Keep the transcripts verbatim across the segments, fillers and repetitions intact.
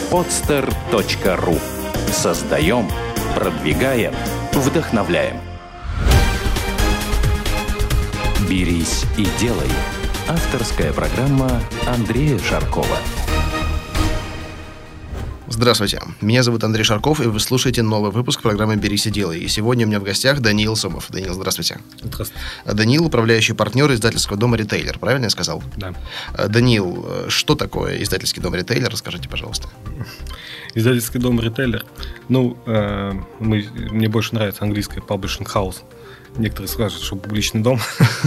подстер точка ру. Создаем, продвигаем, вдохновляем. «Берись и делай» – авторская программа Андрея Шаркова. Здравствуйте, меня зовут Андрей Шарков, и вы слушаете новый выпуск программы «Берись и делай». И сегодня у меня в гостях Даниил Сомов. Даниил, здравствуйте. Здравствуйте. Даниил – управляющий партнер издательского дома «Ритейлер». Правильно я сказал? Да. Даниил, что такое издательский дом «Ритейлер»? Расскажите, пожалуйста. Издательский дом «Ритейлер». Ну, э, мы, мне больше нравится английское publishing house. Некоторые скажут, что публичный дом.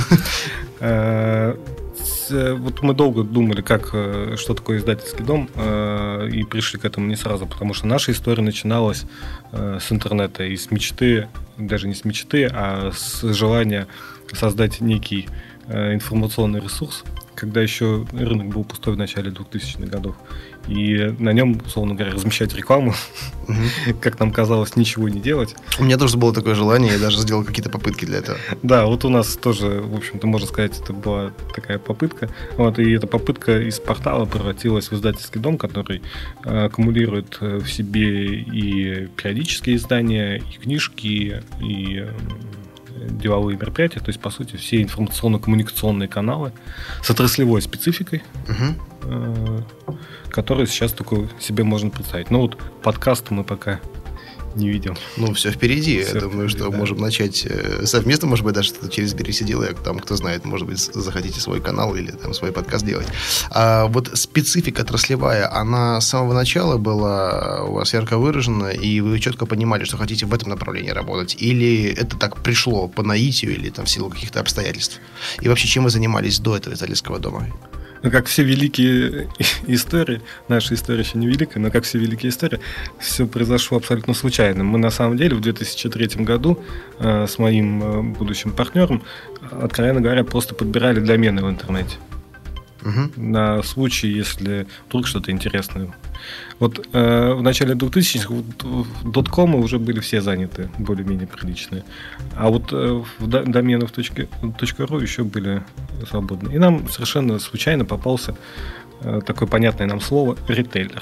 Вот мы долго думали, как, что такое издательский дом, и пришли к этому не сразу, потому что наша история начиналась с интернета и с мечты, даже не с мечты, а с желания создать некий информационный ресурс, когда еще рынок был пустой в начале двухтысячных годов. И на нем, условно говоря, размещать рекламу, угу. как нам казалось, ничего не делать. У меня тоже было такое желание, я даже сделал какие-то попытки для этого. Да, вот у нас тоже, в общем-то, можно сказать, это была такая попытка. Вот, и эта попытка из портала превратилась в издательский дом, который аккумулирует в себе и периодические издания, и книжки, и деловые мероприятия, то есть, по сути, все информационно-коммуникационные каналы с отраслевой спецификой, угу. которые сейчас только себе можно представить. Но вот подкаст мы пока не видим. Ну, все впереди. Все Я думаю, впереди, что да. можем начать совместно, может быть, даже что-то через «Берись и делай». Там, кто знает, может быть, захотите свой канал или там свой подкаст делать. А вот специфика отраслевая, она с самого начала была у вас ярко выражена, и вы четко понимали, что хотите в этом направлении работать? Или это так пришло по наитию или там в силу каких-то обстоятельств? И вообще, чем вы занимались до этого издательского дома? Ну, как все великие истории, наша история еще не великая, но как все великие истории, все произошло абсолютно случайно. Мы на самом деле в две тысячи третьем году э, с моим э, будущим партнером, откровенно говоря, просто подбирали домены в интернете. Угу. На случай, если вдруг что-то интересное. Вот э, в начале двухтысячных доткомы уже были все заняты, более-менее приличные. А вот э, в доменах .ру еще были свободны. И нам совершенно случайно попался э, такое понятное нам слово «ритейлер».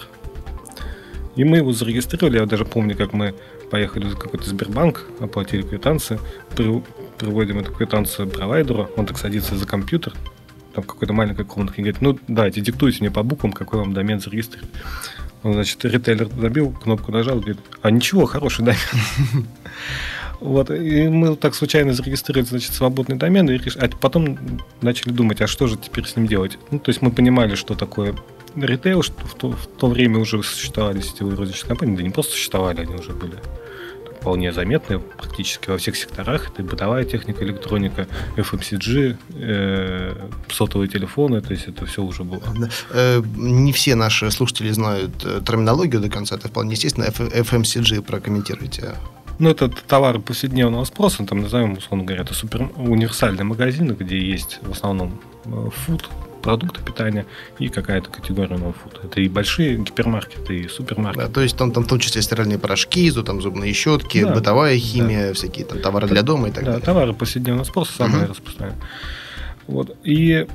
И мы его зарегистрировали. Я даже помню, как мы поехали в какой-то Сбербанк, оплатили квитанцию, при, приводим эту квитанцию провайдеру, он так садится за компьютер, там в какой-то маленькой комнатке, и говорит: ну, давайте, диктуйте мне по буквам, какой вам домен зарегистрировать. Он, значит, ритейлер забил, кнопку нажал, говорит: а ничего, хороший домен. Вот, и мы так случайно зарегистрировали, значит, свободный домен, и реш... а потом начали думать, а что же теперь с ним делать. Ну, то есть мы понимали, что такое ритейл, что в то, в то время уже существовали сетевые розничные компании, да не просто существовали, они уже были вполне заметны практически во всех секторах. Это бытовая техника, электроника, эф эм си джи, э, сотовые телефоны, то есть это все уже было. Не все наши слушатели знают терминологию до конца, это вполне естественно. эф эм си джи прокомментируйте. Ну, это товары повседневного спроса, там, назовем, условно говоря, это супер универсальные магазины, где есть в основном фуд, продукты питания и какая-то категория ноу-фуд. Это и большие гипермаркеты, и супермаркеты. Да, то есть там, там в том числе стиральные порошки, там зубные щетки, да, бытовая химия, да. всякие там товары для дома и так да, далее. Да, товары повседневного спроса самые uh-huh. распространенные. Вот. И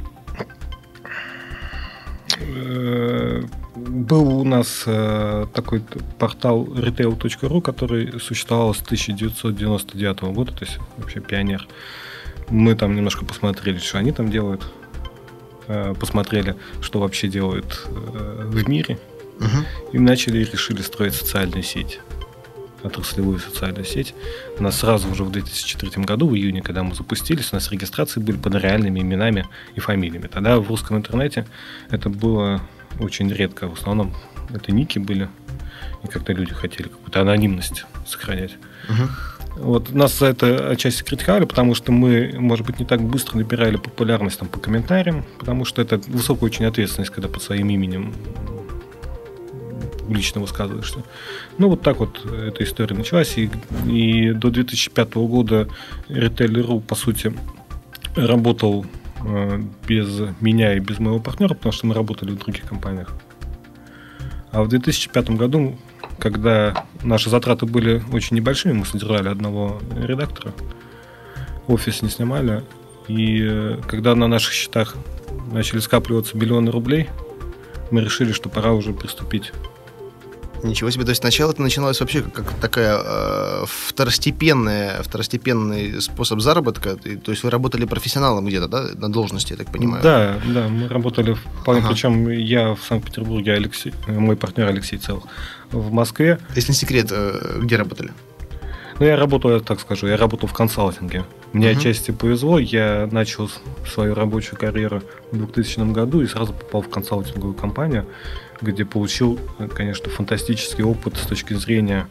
э, был у нас э, такой портал ритейл точка ру, который существовал с тысяча девятьсот девяносто девятого года, то есть вообще пионер. Мы там немножко посмотрели, что они там делают. Посмотрели, что вообще делают в мире, uh-huh. и начали и решили строить социальную сеть, отраслевую социальную сеть. У нас сразу уже в две тысячи третьем году, в июне, когда мы запустились, у нас регистрации были под реальными именами и фамилиями. Тогда в русском интернете это было очень редко. В основном это ники были, и как-то люди хотели какую-то анонимность сохранять. Uh-huh. Вот, нас за это отчасти критиковали, потому что мы, может быть, не так быстро набирали популярность там, по комментариям, потому что это высокая очень ответственность, когда под своим именем публично высказываешься. Ну, вот так вот эта история началась, и, и до две тысячи пятого года Ритейлер точка ру, по сути, работал э, без меня и без моего партнера, потому что мы работали в других компаниях. А в две тысячи пятом году, когда наши затраты были очень небольшими, мы содержали одного редактора, офис не снимали, и когда на наших счетах начали скапливаться миллионы рублей, мы решили, что пора уже приступить Ничего себе. То есть сначала это начиналось вообще как, как такая э, второстепенная, второстепенный способ заработка. То есть вы работали профессионалом где-то, да, на должности, я так понимаю? Да, да, мы работали вполне. Ага. Причем я в Санкт-Петербурге, Алексей, мой партнер Алексей Целых в Москве. Если не секрет, э, где работали? Ну, я работал, я так скажу, я работал в консалтинге. Мне uh-huh. отчасти повезло, я начал свою рабочую карьеру в двухтысячном году и сразу попал в консалтинговую компанию, где получил, конечно, фантастический опыт с точки зрения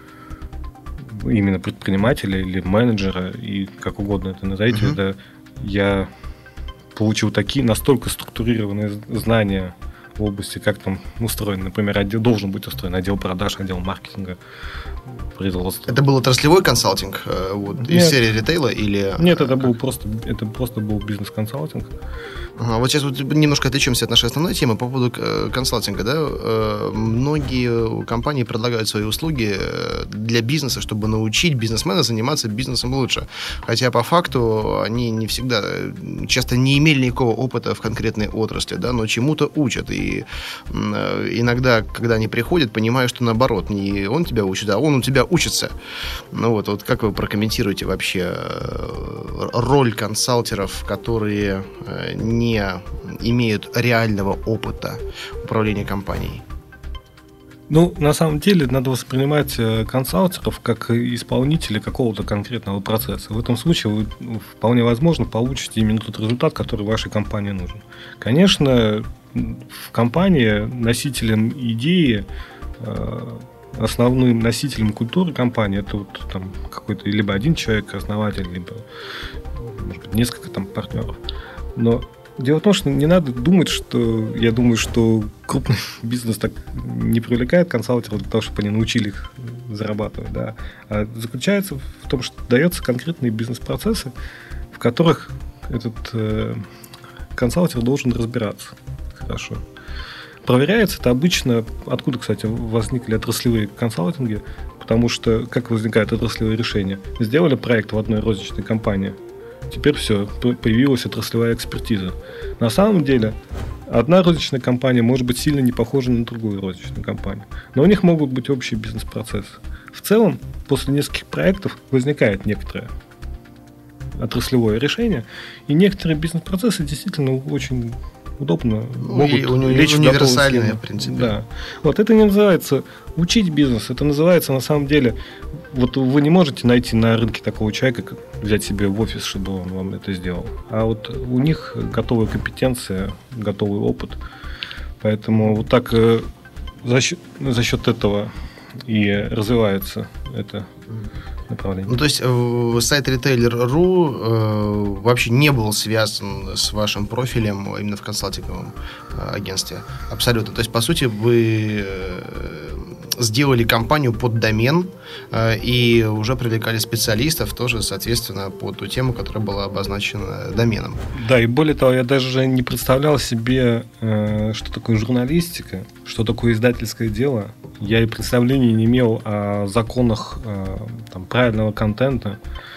именно предпринимателя или менеджера, и как угодно это назовите. Uh-huh. Да, я получил такие настолько структурированные знания в области, как там устроен, например, отдел, должен быть устроен отдел продаж, отдел маркетинга, производства. Это был отраслевой консалтинг вот, из серии ритейла или... Нет, это был просто, это просто был бизнес-консалтинг. Ага, вот сейчас вот немножко отвлечемся от нашей основной темы по поводу консалтинга. Да? Многие компании предлагают свои услуги для бизнеса, чтобы научить бизнесмена заниматься бизнесом лучше. Хотя по факту они не всегда, часто не имели никакого опыта в конкретной отрасли, да, но чему-то учат. И иногда, когда они приходят, понимают, что наоборот, не он тебя учит, а он у тебя учится. Ну вот, вот как вы прокомментируете вообще роль консалтеров, которые не не имеют реального опыта управления компанией? Ну, на самом деле, надо воспринимать консалтеров как исполнителей какого-то конкретного процесса. В этом случае вы вполне возможно получите именно тот результат, который вашей компании нужен. Конечно, в компании носителем идеи, основным носителем культуры компании это вот там какой-то либо один человек, основатель, либо, может быть, несколько там партнеров. Но дело в том, что не надо думать, что я думаю, что крупный бизнес так не привлекает консалтеров для того, чтобы они научили их зарабатывать. Да. А заключается в том, что даются конкретные бизнес-процессы, в которых этот э, консалтер должен разбираться хорошо. Проверяется это обычно, откуда, кстати, возникли отраслевые консалтинги, потому что как возникают отраслевые решения? Сделали проект в одной розничной компании, теперь все, появилась отраслевая экспертиза. На самом деле, одна розничная компания может быть сильно не похожа на другую розничную компанию, но у них могут быть общие бизнес-процессы. В целом, после нескольких проектов возникает некоторое отраслевое решение, и некоторые бизнес-процессы действительно очень удобно могут и, у лечь в универсальные, в принципе. Да. Вот это не называется учить бизнес, это называется на самом деле, вот вы не можете найти на рынке такого человека, взять себе в офис, чтобы он вам это сделал. А вот у них готовая компетенция, готовый опыт. Поэтому вот так за счет, за счет этого и развивается это направление. Ну, то есть сайт ритейлер точка ру э, вообще не был связан с вашим профилем именно в консалтинговом э, агентстве? Абсолютно. То есть, по сути, вы э, сделали компанию под домен э, и уже привлекали специалистов тоже, соответственно, под ту тему, которая была обозначена доменом. Да, и более того, я даже не представлял себе, э, что такое журналистика, что такое издательское дело. Я и представления не имел о законах э, там, правильного контента.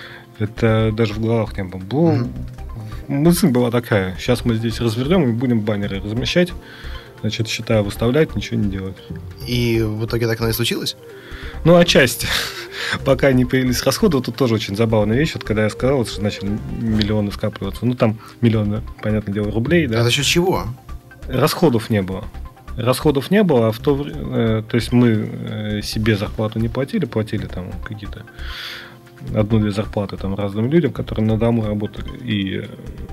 Это даже в головах не было. было mm-hmm. Мысль была такая: сейчас мы здесь развернем и будем баннеры размещать, значит, счета выставлять, ничего не делать. И в итоге так оно и случилось? Ну, отчасти. Пока не появились расходы, тут тоже очень забавная вещь. Вот когда я сказал, что начали миллионы скапливаться. Ну, там миллионы, понятное дело, рублей. Да? А за счет чего? Расходов не было. Расходов не было, а в то время, э, то есть мы э, себе зарплату не платили, платили там какие-то одну-две зарплаты там разным людям, которые на дому работали, и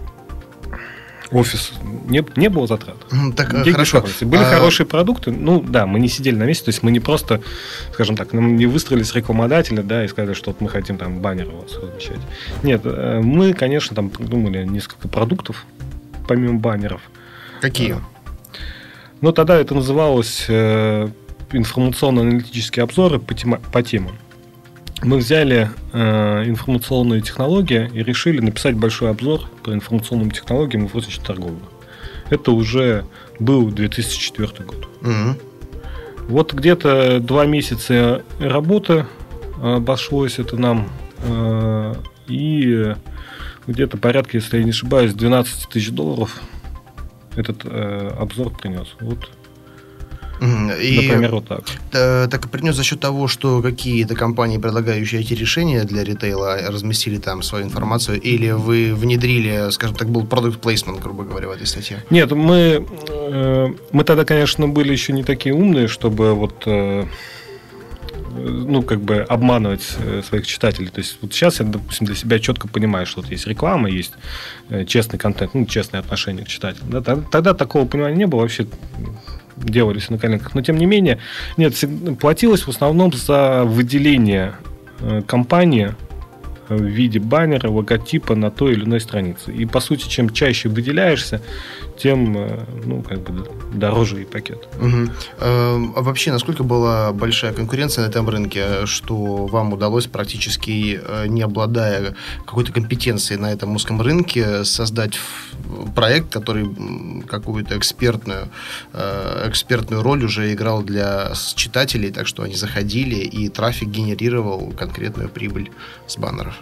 офис не, не было затрат. Так, хорошо. Были а... хорошие продукты, ну да, мы не сидели на месте, то есть мы не просто, скажем так, нам не выстроили с рекламодателя, да, и сказали, что вот мы хотим там баннер у вас размещать. Нет, э, мы, конечно, там придумали несколько продуктов, помимо баннеров. Какие? Ну, тогда это называлось э, информационно-аналитические обзоры по, тема, по темам. Мы взяли э, информационные технологии и решили написать большой обзор по информационным технологиям в розничной торговле. Это уже был две тысячи четвёртый год. Угу. Вот где-то два месяца работы обошлось это нам, э, и где-то порядка, если я не ошибаюсь, двенадцать тысяч долларов этот э, обзор принес. Вот. И, например, вот так. Так принес за счет того, что какие-то компании, предлагающие эти решения для ритейла, разместили там свою информацию, или вы внедрили, скажем так, был product placement, грубо говоря, в этой статье? Нет, мы, мы тогда, конечно, были еще не такие умные, чтобы вот... ну, как бы обманывать своих читателей. То есть вот сейчас я, допустим, для себя четко понимаю, что вот есть реклама, есть честный контент, ну, честное отношение к читателям. Да, тогда такого понимания не было, вообще делались на коленках. Но, тем не менее, нет, платилось в основном за выделение компании в виде баннера, логотипа на той или иной странице. И, по сути, чем чаще выделяешься, тем, ну, как бы дороже и пакет. Угу. А вообще, насколько была большая конкуренция на этом рынке, что вам удалось практически, не обладая какой-то компетенцией на этом узком рынке, создать проект, который какую-то экспертную, экспертную роль уже играл для читателей, так что они заходили, и трафик генерировал конкретную прибыль с баннеров?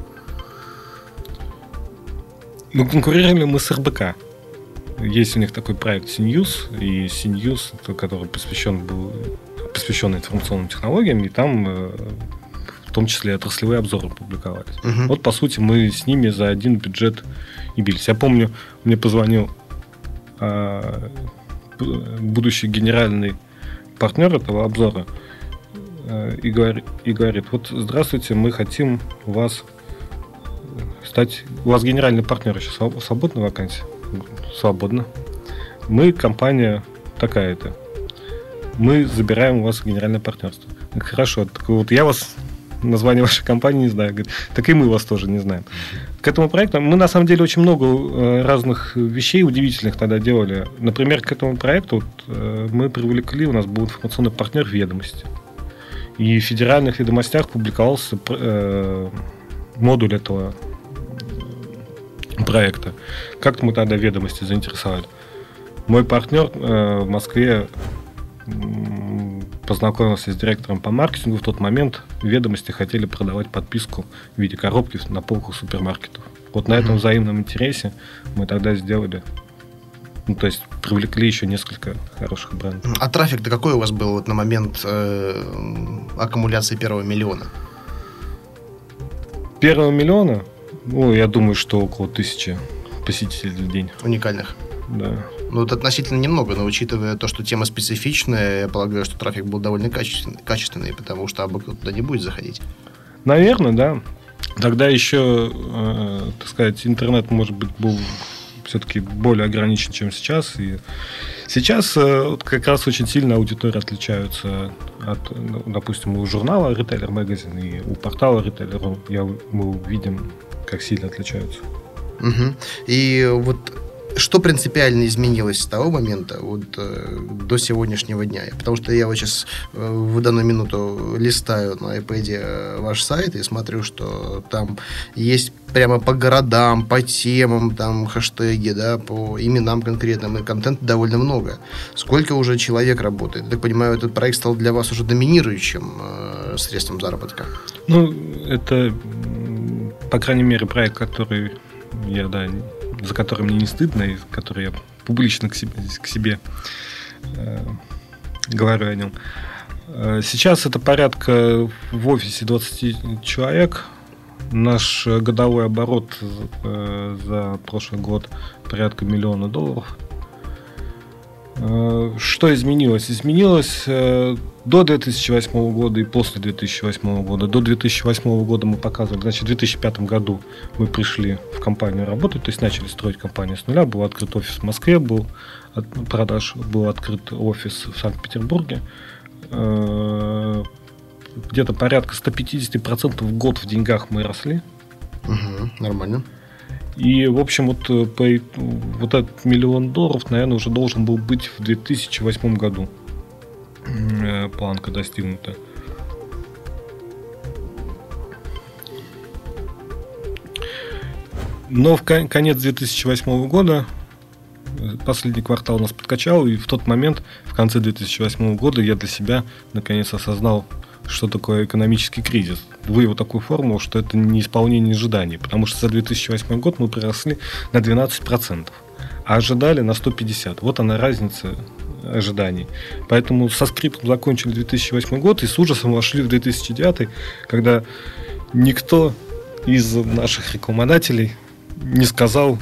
Ну, конкурировали мы с эр бэ ка. Есть у них такой проект CNews, и CNews, который посвящен был посвящен информационным технологиям, и там в том числе отраслевые обзоры публиковались. Uh-huh. Вот, по сути, мы с ними за один бюджет и бились. Я помню, мне позвонил а, будущий генеральный партнер этого обзора а, и, говорит, и говорит: вот, здравствуйте, мы хотим у вас стать... У вас генеральный партнер еще свободна вакансия? Свободно. Мы компания такая-то. Мы забираем у вас генеральное партнерство. Хорошо. Так вот я вас, название вашей компании не знаю. Говорит, так и мы вас тоже не знаем. К этому проекту мы на самом деле очень много разных вещей удивительных тогда делали. Например, к этому проекту вот, мы привлекли, у нас был информационный партнер «Ведомости». И в федеральных ведомостях публиковался э, модуль этого проекта. Как мы тогда «Ведомости» заинтересовали? Мой партнер э, в Москве э, познакомился с директором по маркетингу. В тот момент «Ведомости» хотели продавать подписку в виде коробки на полках супермаркетов. Вот на этом взаимном интересе мы тогда сделали, ну, то есть привлекли еще несколько хороших брендов. А трафик-то какой у вас был вот на момент э, аккумуляции первого миллиона? Первого миллиона? Ну, я думаю, что около тысячи посетителей в день. Уникальных? Да. Ну, это относительно немного, но учитывая то, что тема специфичная, я полагаю, что трафик был довольно качественный, качественный, потому что абы кто туда не будет заходить. Наверное, да. Тогда еще, э, так сказать, интернет, может быть, был все-таки более ограничен, чем сейчас. И сейчас э, вот как раз очень сильно аудитории отличаются от, допустим, у журнала Retailer Magazine и у портала Retailer. Я, мы видим, как сильно отличаются. Угу. И вот что принципиально изменилось с того момента вот, э, до сегодняшнего дня? Потому что я вот сейчас э, в данную минуту листаю на iPad ваш сайт и смотрю, что там есть прямо по городам, по темам, там хэштеги, да, по именам конкретным, и контента довольно много. Сколько уже человек работает? Я так понимаю, этот проект стал для вас уже доминирующим э, средством заработка? Ну, это, по крайней мере, проект, который я, да, за который мне не стыдно, и который я публично к себе, к себе э, говорю о нем. Сейчас это порядка в офисе двадцать человек. Наш годовой оборот э, за прошлый год порядка миллиона долларов. Э, что изменилось? Изменилось э, до две тысячи восьмого года и после две тысячи восьмого года. До две тысячи восьмого года мы показывали, значит, в две тысячи пятом году мы пришли в компанию работать, то есть начали строить компанию с нуля. Был открыт офис в Москве, был от, продаж, был открыт офис в Санкт-Петербурге. Где-то порядка сто пятьдесят процентов в год в деньгах мы росли. Угу, нормально. И, в общем, вот, по, вот этот миллион долларов, наверное, уже должен был быть в две тысячи восьмом году. Планка достигнута. Но в конец две тысячи восьмого года последний квартал нас подкачал, и в тот момент, в конце две тысячи восьмого года, я для себя наконец осознал, что такое экономический кризис. Вывел такую формулу, что это не исполнение ожиданий, потому что за две тысячи восьмой год мы приросли на двенадцать процентов, а ожидали на сто пятьдесят процентов. Вот она разница ожиданий. Поэтому со скрипом закончили две тысячи восьмой год и с ужасом вошли в две тысячи девятый, когда никто из наших рекламодателей не сказал,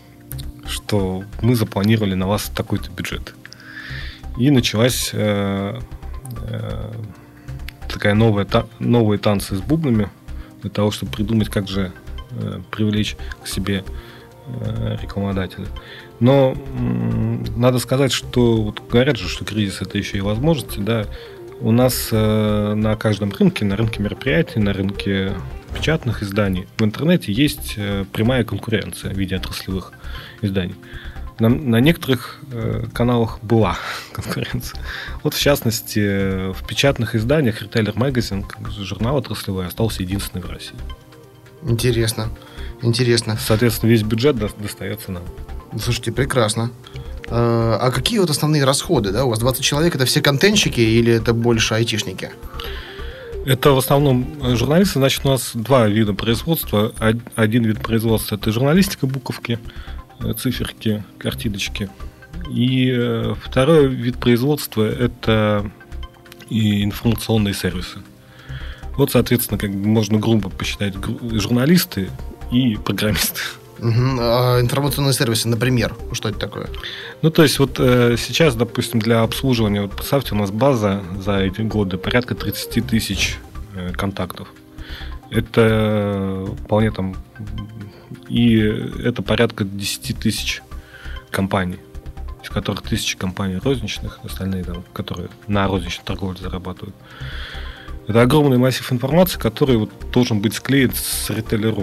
что мы запланировали на вас такой-то бюджет. И началась э, э, такая новая, та, новые танцы с бубнами для того, чтобы придумать, как же э, привлечь к себе э, рекламодателя. Но м- надо сказать, что вот говорят же, что кризис — это еще и возможности, да. У нас э, на каждом рынке, на рынке мероприятий, на рынке печатных изданий в интернете есть э, прямая конкуренция в виде отраслевых изданий. На, на некоторых э, каналах была конкуренция. Вот в частности, э, в печатных изданиях Retailer Magazine, журнал отраслевой, остался единственный в России. Интересно. Интересно. Соответственно, весь бюджет до, достается нам. Слушайте, прекрасно. А, а какие вот основные расходы? Да? У вас двадцать человек, это все контентщики или это больше айтишники? Это в основном журналисты. Значит, у нас два вида производства. Один вид производства — это журналистика, буковки, циферки, картиночки. И второй вид производства — это и информационные сервисы. Вот, соответственно, как бы можно грубо посчитать журналисты и программисты. Угу. А информационные сервисы, например, что это такое? Ну, то есть, вот э, сейчас, допустим, для обслуживания, вот представьте, у нас база за эти годы порядка тридцать тысяч э, контактов. Это вполне там... И это порядка десять тысяч компаний, из которых тысячи компаний розничных, остальные там, которые на розничной торговле зарабатывают. Это огромный массив информации, который вот должен быть склеен с Retailer.ru.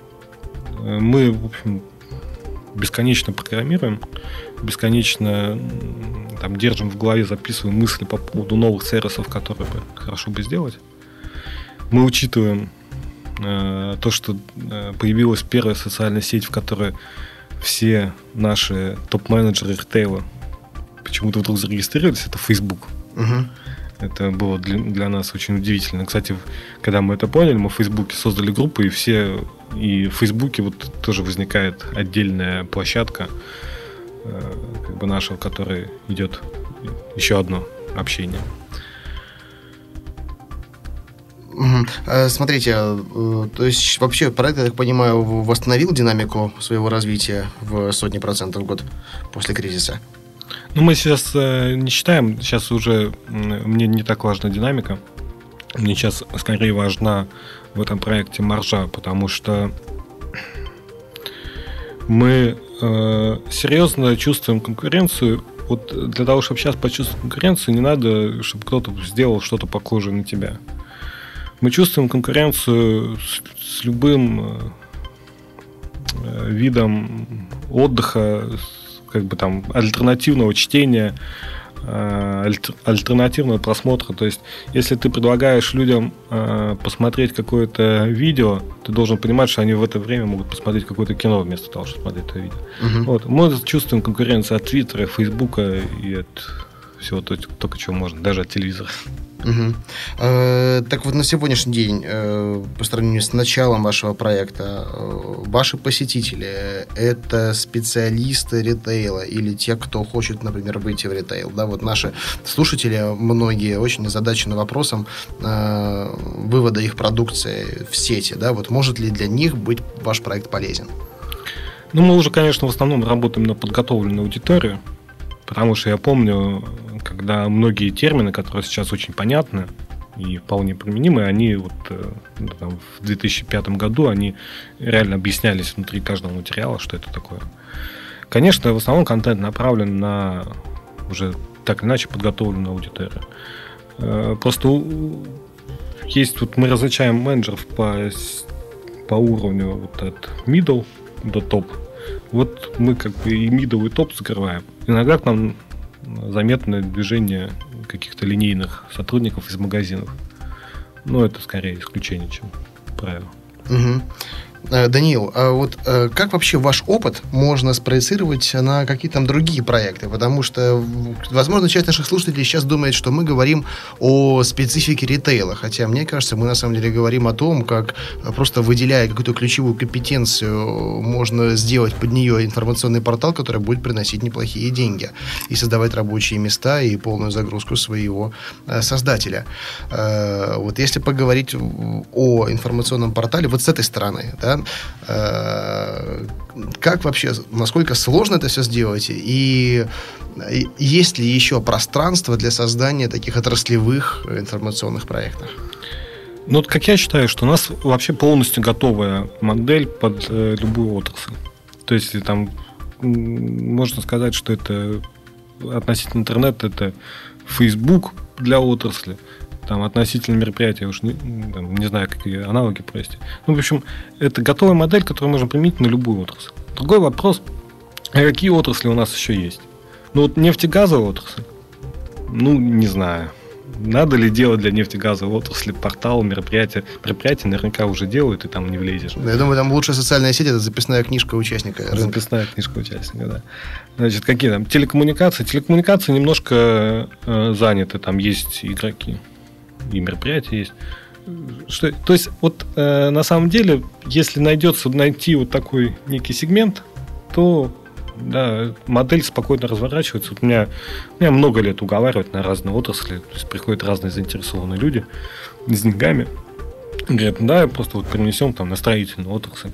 Мы, в общем, бесконечно программируем, бесконечно там, держим в голове, записываем мысли по поводу новых сервисов, которые бы хорошо бы сделать. Мы учитываем э, то, что э, появилась первая социальная сеть, в которой все наши топ-менеджеры ритейла почему-то вдруг зарегистрировались. Это Facebook. Угу. Это было для, для нас очень удивительно. Кстати, когда мы это поняли, мы в Фейсбуке создали группу, и все, и в Фейсбуке вот тоже возникает отдельная площадка э, как бы наша, в которой идет еще одно общение. Угу. Смотрите, то есть вообще проект, я так понимаю, восстановил динамику своего развития в сотни процентов в год после кризиса? Ну, мы сейчас э, не считаем, сейчас уже э, мне не так важна динамика. Мне сейчас скорее важна в этом проекте маржа, потому что мы э, серьезно чувствуем конкуренцию. Вот для того, чтобы сейчас почувствовать конкуренцию, не надо, чтобы кто-то сделал что-то похожее на тебя. Мы чувствуем конкуренцию с, с любым э, видом отдыха, как бы там альтернативного чтения, альтер, альтернативного просмотра. То есть, если ты предлагаешь людям э, посмотреть какое-то видео, ты должен понимать, что они в это время могут посмотреть какое-то кино вместо того, чтобы смотреть это видео. Uh-huh. Вот. Мы чувствуем конкуренцию от Твиттера, Фейсбука и от всего только чего можно, даже от телевизора. Угу. Э, так вот, на сегодняшний день, э, по сравнению с началом вашего проекта, э, ваши посетители – это специалисты ритейла или те, кто хочет, например, выйти в ритейл? Да, вот наши слушатели, многие очень озадачены вопросом э, вывода их продукции в сети. Да? Вот может ли для них быть ваш проект полезен? Ну, мы уже, конечно, в основном работаем на подготовленную аудиторию, потому что я помню, когда многие термины, которые сейчас очень понятны и вполне применимы, они вот там, в две тысячи пятом году они реально объяснялись внутри каждого материала, что это такое. Конечно, в основном контент направлен на уже так или иначе подготовленную аудиторию. Просто есть вот мы различаем менеджеров по, по уровню вот от middle до топ. Вот мы как бы и middle, и топ закрываем. Иногда к нам заметное движение каких-то линейных сотрудников из магазинов. Но это скорее исключение, чем правило. Угу. Даниил, а вот как вообще ваш опыт можно спроецировать на какие-то там другие проекты? Потому что, возможно, часть наших слушателей сейчас думает, что мы говорим о специфике ритейла, хотя, мне кажется, мы на самом деле говорим о том, как просто выделяя какую-то ключевую компетенцию, можно сделать под нее информационный портал, который будет приносить неплохие деньги и создавать рабочие места и полную загрузку своего создателя. Вот если поговорить о информационном портале вот с этой стороны, да, как вообще, насколько сложно это все сделать, и есть ли еще пространство для создания таких отраслевых информационных проектов? Ну, вот как я считаю, что у нас вообще полностью готовая модель под э, любую отрасль. То есть там можно сказать, что это относительно интернета, это Facebook для отрасли. Там, относительно мероприятия, уж не, там, не знаю, какие аналоги провести. Ну, в общем, это готовая модель, которую можно применить на любую отрасль. Другой вопрос, а какие отрасли у нас еще есть? Ну, вот нефтегазовая отрасль, ну, не знаю. Надо ли делать для нефтегазовой отрасли портал, мероприятия? Мероприятия наверняка уже делают, и там не влезешь. Я думаю, там лучшая социальная сеть – это записная книжка участника рынка. Записная книжка участника, да. Значит, какие там? Телекоммуникации. Телекоммуникации немножко э, заняты, там есть игроки. И мероприятия есть. Что, то есть, вот э, на самом деле, если найдется найти вот такой некий сегмент, то да, модель спокойно разворачивается. Вот у меня, у меня много лет уговаривают на разные отрасли. То есть приходят разные заинтересованные люди с деньгами. Говорят, да, просто вот перенесем там на строительную отрасль.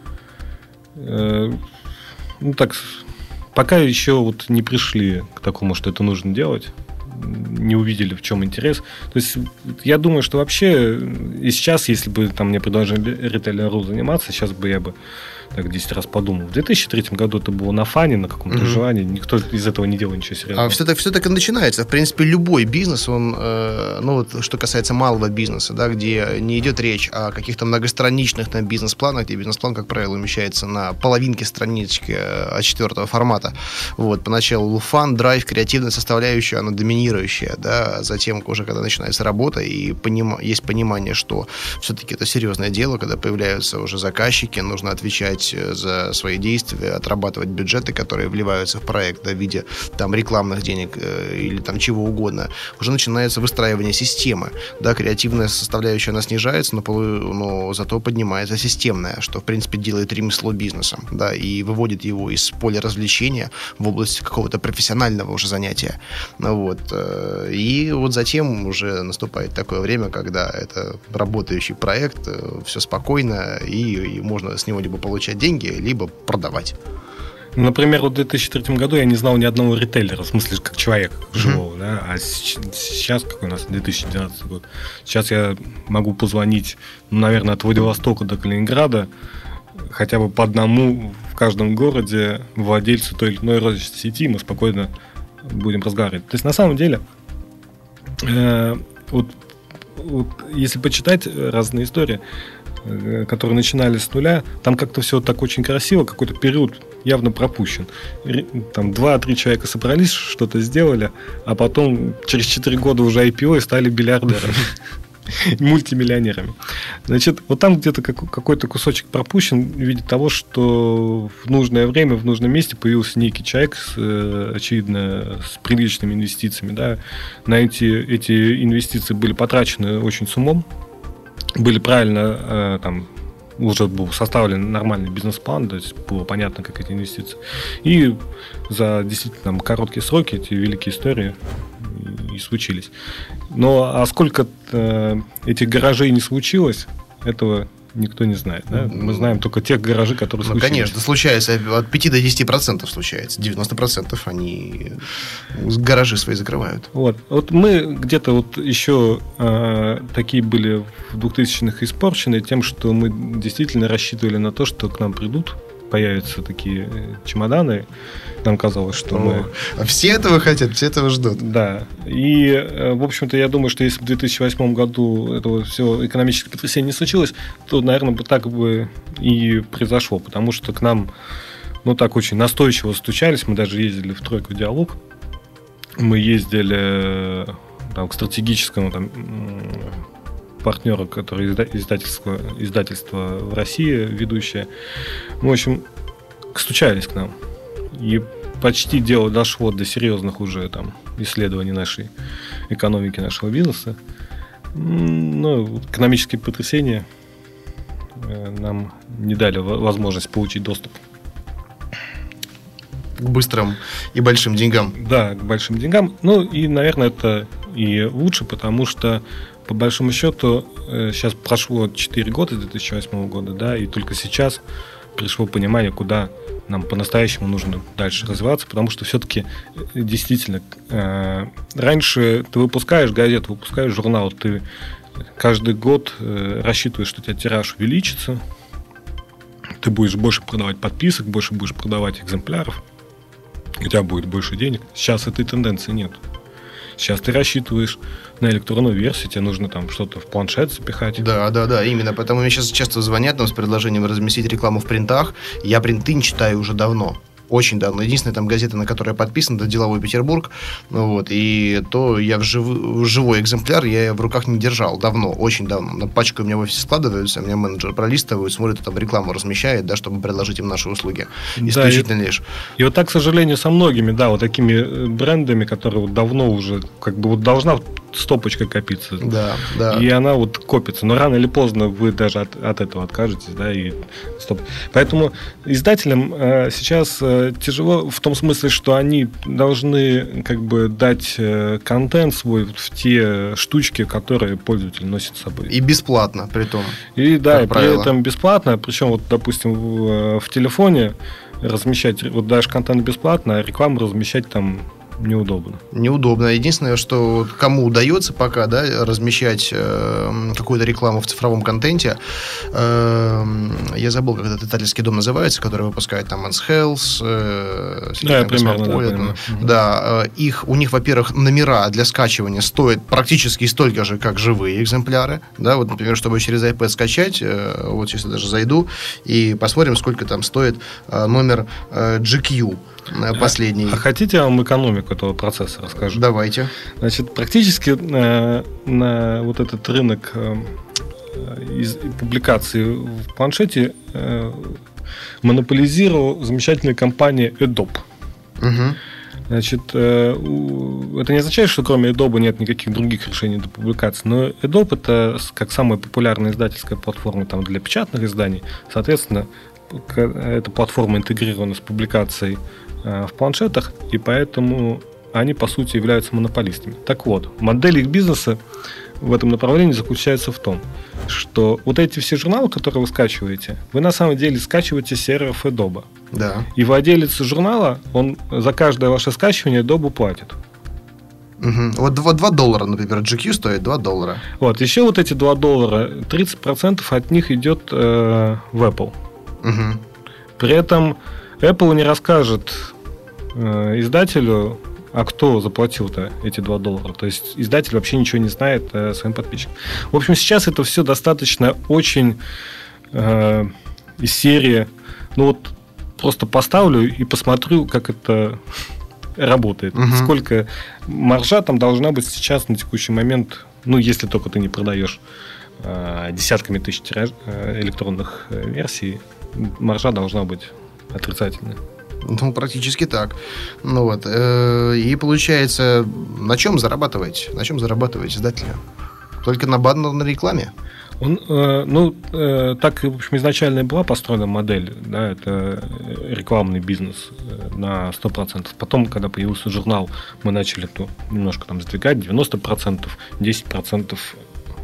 Э, ну так, пока еще вот не пришли к такому, что это нужно делать. Не увидели, в чем интерес. То есть я думаю, что вообще и сейчас, если бы там мне предложили ритейлеру заниматься, сейчас бы я бы так десять раз подумал. В две тысячи третьем году это было на фане, на каком-то mm-hmm. желании. Никто из этого не делал ничего серьезного. А все так, все так и начинается. В принципе, любой бизнес, он, э, ну вот, что касается малого бизнеса, да, где не идет речь о каких-то многостраничных там, бизнес-планах, где бизнес-план, как правило, умещается на половинке странички а четыре формата. Вот, поначалу фан, драйв, креативная составляющая, она доминирующая, да, затем уже, когда начинается работа и поним... есть понимание, что все-таки это серьезное дело, когда появляются уже заказчики, нужно отвечать за свои действия, отрабатывать бюджеты, которые вливаются в проект, да, в виде там рекламных денег э, или там чего угодно, уже начинается выстраивание системы, да, креативная составляющая, она снижается, но, но зато поднимается системная, что, в принципе, делает ремесло бизнесом, да, и выводит его из поля развлечения в область какого-то профессионального уже занятия, вот, э, и вот затем уже наступает такое время, когда это работающий проект, э, все спокойно, и, и можно с него либо получать деньги, либо продавать. Например, вот в две тысячи третьем году я не знал ни одного ритейлера, в смысле, как человека живого, mm-hmm. да, а сейчас, какой у нас две тысячи двенадцатый год, сейчас я могу позвонить, ну, наверное, от Владивостока до Калининграда, хотя бы по одному в каждом городе владельцу той или иной розничной сети, мы спокойно будем разговаривать. То есть, на самом деле, э, вот, вот, если почитать разные истории, которые начинали с нуля, там как-то все так очень красиво, какой-то период явно пропущен. Там два-три человека собрались, что-то сделали, а потом через четыре года уже ай пи о и стали миллиардерами, мультимиллионерами. Значит, вот там где-то какой-то кусочек пропущен в виде того, что в нужное время, в нужном месте появился некий человек, с, очевидно, с приличными инвестициями. Да. На эти, эти инвестиции были потрачены очень с умом, были правильно, э, там, уже был составлен нормальный бизнес-план, то есть было понятно, как эти инвестиции. И за действительно там, короткие сроки эти великие истории и, и случились. Но а сколько э, этих гаражей не случилось, этого никто не знает. Да? Мы знаем только тех гаражей, которые ну, случились. Конечно, случается от пяти до десяти процентов случается. девяносто процентов они гаражи свои закрывают. Вот, вот мы где-то вот еще э, такие были в двухтысячных испорчены тем, что мы действительно рассчитывали на то, что к нам придут, появятся такие чемоданы. Нам казалось, что О, мы... Все этого хотят, все этого ждут. Да. И, в общем-то, я думаю, что если бы в две тысячи восьмом году этого всего экономического потрясения не случилось, то, наверное, бы так бы и произошло. Потому что к нам, ну, так очень настойчиво стучались. Мы даже ездили в тройку диалог. Мы ездили там, к стратегическому там, партнеры, которые издательство, издательство в России ведущее. В общем, стучались к нам. И почти дело дошло до серьезных уже там исследований нашей экономики, нашего бизнеса. Ну, экономические потрясения нам не дали возможность получить доступ к быстрым и большим деньгам. Да, к большим деньгам. Ну, и, наверное, это и лучше, потому что, по большому счету, сейчас прошло четыре года, с две тысячи восьмого года, да, и только сейчас пришло понимание, куда нам по-настоящему нужно дальше развиваться, потому что все-таки действительно раньше ты выпускаешь газету, выпускаешь журнал, ты каждый год рассчитываешь, что у тебя тираж увеличится, ты будешь больше продавать подписок, больше будешь продавать экземпляров, у тебя будет больше денег. Сейчас этой тенденции нет. Сейчас ты рассчитываешь на электронную версию, тебе нужно там что-то в планшет запихать. Да, да, да, именно. Поэтому мне сейчас часто звонят нам с предложением разместить рекламу в принтах. Я принты не читаю уже давно. Очень давно. Единственная там газета, на которой я подписан, это «Деловой Петербург». Вот. И то я в, жив... в живой экземпляр я в руках не держал. Давно, очень давно. На пачку у меня в офисе складываются, у меня менеджер пролистывает, смотрит, там рекламу размещает, да, чтобы предложить им наши услуги. Исключительно да, лишь. И, и вот так, к сожалению, со многими, да, вот такими брендами, которые вот давно уже, как бы вот должна стопочка копиться. Да, да. И она вот копится. Но рано или поздно вы даже от, от этого откажетесь, да, и стоп. Поэтому издателям э, сейчас э, тяжело в том смысле, что они должны как бы дать э, контент свой в те штучки, которые пользователь носит с собой. И бесплатно, при том. И да, и при этом бесплатно. Причем, вот, допустим, в, в телефоне размещать, вот даже контент бесплатно, а рекламу размещать там неудобно. Неудобно. Единственное, что кому удается пока, да, размещать э, какую-то рекламу в цифровом контенте, э, я забыл, как этот издательский дом называется, который выпускает там Men's Health, э, да, я примерно, да, да, да, их, у них, во-первых, номера для скачивания стоят практически столько же, как живые экземпляры, да, вот, например, чтобы через iPad скачать, э, вот сейчас я даже зайду и посмотрим, сколько там стоит э, номер э, джи кью. Последний. А, а хотите, я вам экономику этого процесса расскажу? Давайте. Значит, практически э, на вот этот рынок э, из публикаций в планшете э, монополизировала замечательная компания Adobe. Угу. Значит, э, это не означает, что кроме Adobe нет никаких других решений для публикации, но Adobe это как самая популярная издательская платформа там, для печатных изданий. Соответственно, эта платформа интегрирована с публикацией в планшетах, и поэтому они, по сути, являются монополистами. Так вот, модель их бизнеса в этом направлении заключается в том, что вот эти все журналы, которые вы скачиваете, вы на самом деле скачиваете с серверов Adobe. Да. И владелец журнала, он за каждое ваше скачивание Adobe платит. Угу. Вот два доллара, например, джи кью стоит два доллара. Вот, еще вот эти два доллара, тридцать процентов от них идет э, в Apple. Угу. При этом Apple не расскажет э, издателю, а кто заплатил-то эти два доллара. То есть издатель вообще ничего не знает о своим подписчикам. В общем, сейчас это все достаточно очень э, из серии. Ну вот просто поставлю и посмотрю, как это работает. Угу. Сколько маржа там должна быть сейчас на текущий момент, ну, если только ты не продаешь э, десятками тысяч тираж, э, электронных э, версий, маржа должна быть отрицательная. Ну, практически так. Ну вот. И получается, на чем зарабатывать? На чем зарабатывать издатели? Только на баннерной рекламе? Он, э, ну, э, так, в общем, изначально и была построена модель, да, это рекламный бизнес на сто процентов. Потом, когда появился журнал, мы начали то немножко там сдвигать, девяносто процентов, десять процентов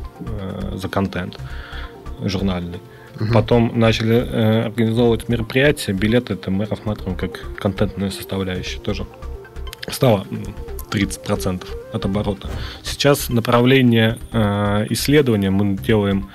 э, за контент журнальный. Угу. Потом начали э, организовывать мероприятия, билеты, это мы рассматриваем как контентная составляющая тоже. Стало тридцать процентов от оборота. Сейчас направление э, исследования мы делаем,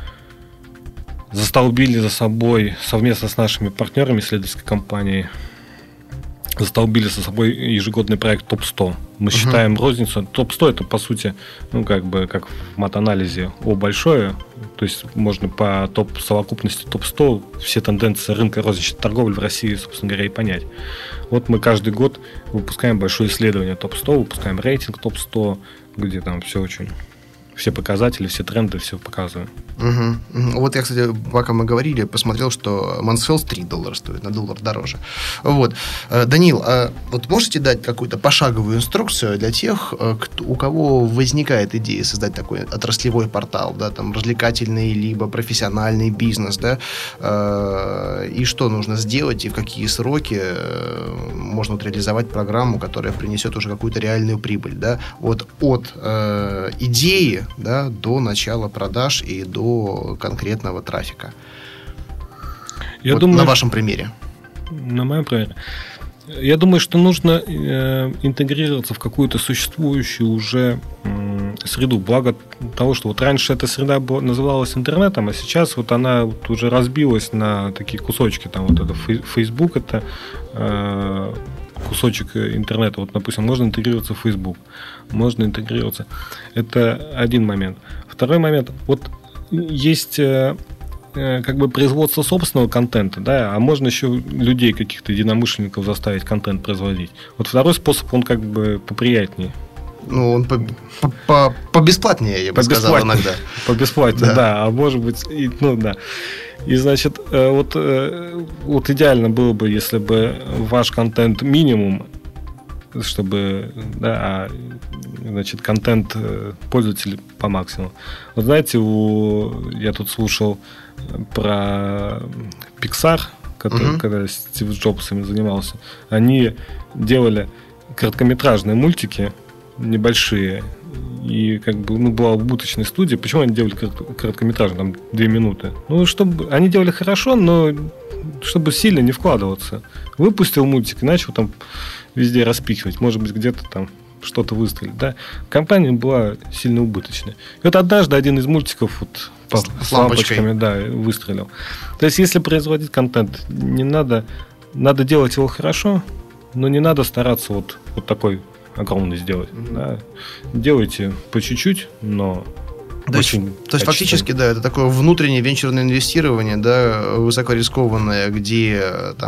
застолбили за собой совместно с нашими партнерами исследовательской компанией, застолбили за собой ежегодный проект топ сто. Мы uh-huh. считаем розницу. топ сто это, по сути, ну, как бы, как в мат-анализе О большое. То есть можно по топ совокупности топ сто все тенденции рынка розничной торговли в России, собственно говоря, и понять. Вот мы каждый год выпускаем большое исследование топ сто, выпускаем рейтинг топ сто, где там все очень все показатели, все тренды, все показываем. Угу. Вот я, кстати, пока мы говорили, посмотрел, что Mansfield три доллара стоит, на доллар дороже. Вот. Данил, а вот можете дать какую-то пошаговую инструкцию для тех, кто, у кого возникает идея создать такой отраслевой портал, да, там, развлекательный, либо профессиональный бизнес, да, и что нужно сделать, и в какие сроки можно вот реализовать программу, которая принесет уже какую-то реальную прибыль, да, вот от э, идеи, да, до начала продаж и до конкретного трафика. Я вот думаю, на вашем примере. На моем примере. Я думаю, что нужно э, интегрироваться в какую-то существующую уже э, среду. Благо того, что вот раньше эта среда была, называлась интернетом, а сейчас вот она вот уже разбилась на такие кусочки. Там вот это Facebook, это э, кусочек интернета. Вот, допустим, можно интегрироваться в Facebook, можно интегрироваться. Это один момент. Второй момент. Вот есть э, э, как бы производство собственного контента, да, а можно еще людей, каких-то единомышленников заставить контент производить. Вот второй способ, он как бы поприятнее. Ну, он по, по, по, побесплатнее, я бы сказал, иногда. Побесплатнее, да. да. А может быть, и, ну да. И, значит, вот, вот идеально было бы, если бы ваш контент минимум, чтобы, да, а, значит, контент пользователя по максимуму. Вот знаете, у, я тут слушал про Pixar, который, uh-huh. когда Стив Джобс ими занимался. Они делали короткометражные мультики, небольшие, и как бы, ну, была убыточная студия. Почему они делали короткометражные, там, две минуты? Ну, чтобы они делали хорошо, но чтобы сильно не вкладываться. Выпустил мультик и начал там везде распихивать. Может быть, где-то там что-то выстрелить, да? Компания была сильно убыточная. И вот однажды один из мультиков вот по, с, с лампочками, да, выстрелил. То есть, если производить контент, не надо, надо делать его хорошо, но не надо стараться вот, вот такой огромный сделать. Mm-hmm. Да. Делайте по чуть-чуть, но то очень есть, то есть фактически, да, это такое внутреннее венчурное инвестирование, да, высокорискованное, где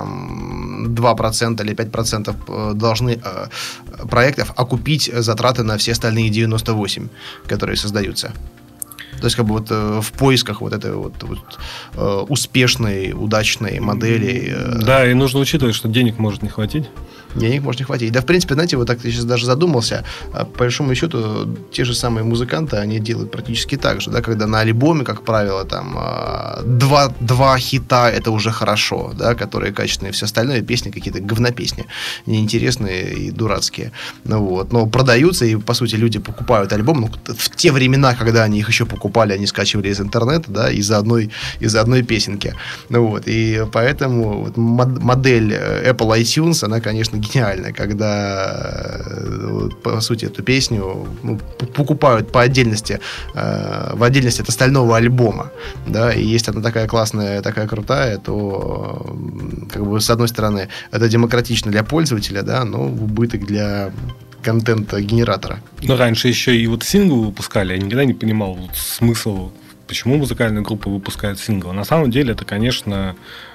там два процента или пять процентов должны э, проектов окупить затраты на все остальные девяносто восемь процентов, которые создаются. То есть, как бы вот э, в поисках вот этой вот, вот э, успешной, удачной модели. Э, да, и нужно учитывать, что денег может не хватить. Денег может не хватить. Да, в принципе, знаете, вот так я сейчас даже задумался, по большому счету, те же самые музыканты, они делают практически так же, да, когда на альбоме, как правило, там два, два хита, это уже хорошо, да, которые качественные, все остальное песни какие-то говнопесни, неинтересные и дурацкие. Ну, вот. Но продаются, и, по сути, люди покупают альбом, ну, в те времена, когда они их еще покупали, они скачивали из интернета, да, из-за одной, из-за одной песенки. Ну, вот. И поэтому вот модель Apple iTunes, она, конечно, гениально, когда, по сути, эту песню, ну, покупают по отдельности, э, в отдельности от остального альбома, да, и если она такая классная, такая крутая, то, как бы, с одной стороны, это демократично для пользователя, да, но убыток для контента-генератора. Но раньше еще и вот синглы выпускали, я никогда не понимал вот смысл, почему музыкальная группа выпускает сингл. На самом деле, это, конечно,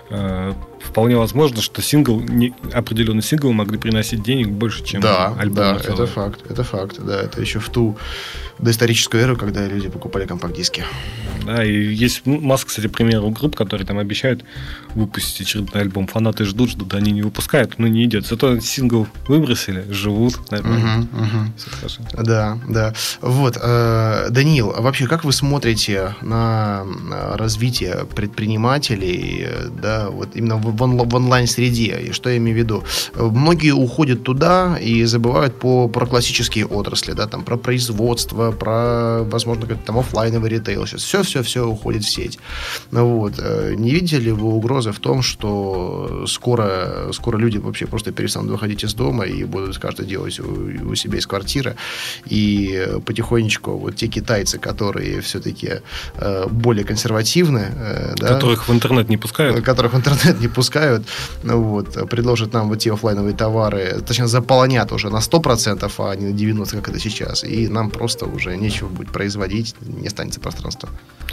вполне возможно, что сингл, определенные синглы могли приносить денег больше, чем да, альбом. Да, это факт, это факт, да, это еще в ту доисторическую эру, когда люди покупали компакт-диски. Да, и есть масса, кстати, примеров групп, которые там обещают выпустить очередной альбом. Фанаты ждут, ждут, они не выпускают, но не идет. Зато сингл выбросили, живут, нормально. Угу, угу. Все хорошо. Да, да. Вот, э, Даниил, а вообще, как вы смотрите на развитие предпринимателей, да, вот именно в, в, в онлайн-среде? И что я имею в виду? Многие уходят туда и забывают по, про классические отрасли, да, там, про производство, про, возможно, какой-то там офлайновый ритейл. Сейчас все-все-все уходит в сеть. Вот. Не видите ли вы угрозы в том, что скоро, скоро люди вообще просто перестанут выходить из дома и будут каждый делать у, у себя из квартиры, и потихонечку вот те китайцы, которые все-таки более консервативны, которых да, в интернет не пускают, которых в интернет не пускают, вот, предложат нам вот те офлайновые товары, точнее, заполонят уже на сто процентов, а не на девяносто процентов, как это сейчас, и нам просто уже нечего будет производить, не останется пространства.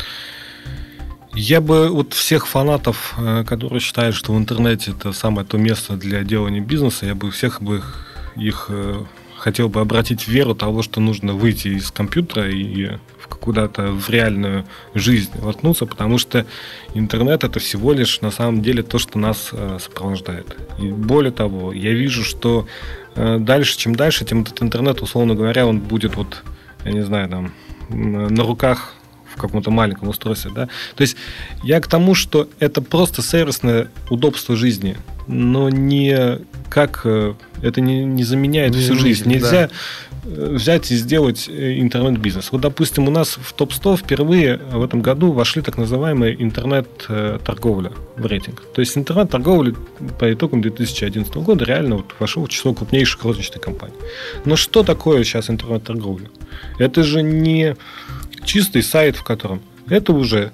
Я бы вот всех фанатов, которые считают, что в интернете это самое то место для делания бизнеса, я бы всех бы их, их хотел бы обратить в веру того, что нужно выйти из компьютера и куда-то в реальную жизнь воткнуться, потому что интернет — это всего лишь на самом деле то, что нас э, сопровождает. И более того, я вижу, что э, дальше, чем дальше, тем этот интернет, условно говоря, он будет вот, я не знаю, там, на руках в каком-то маленьком устройстве, да. То есть я к тому, что это просто сервисное удобство жизни, но не как это не, не заменяет не всю жизнь. Нельзя да. взять и сделать интернет-бизнес. Вот, допустим, у нас в топ сто впервые в этом году вошли так называемые интернет-торговля в рейтинг. То есть интернет-торговля по итогам две тысячи одиннадцатого года реально вот вошел в число крупнейших розничных компаний. Но что такое сейчас интернет-торговля? Это же не чистый сайт, в котором это уже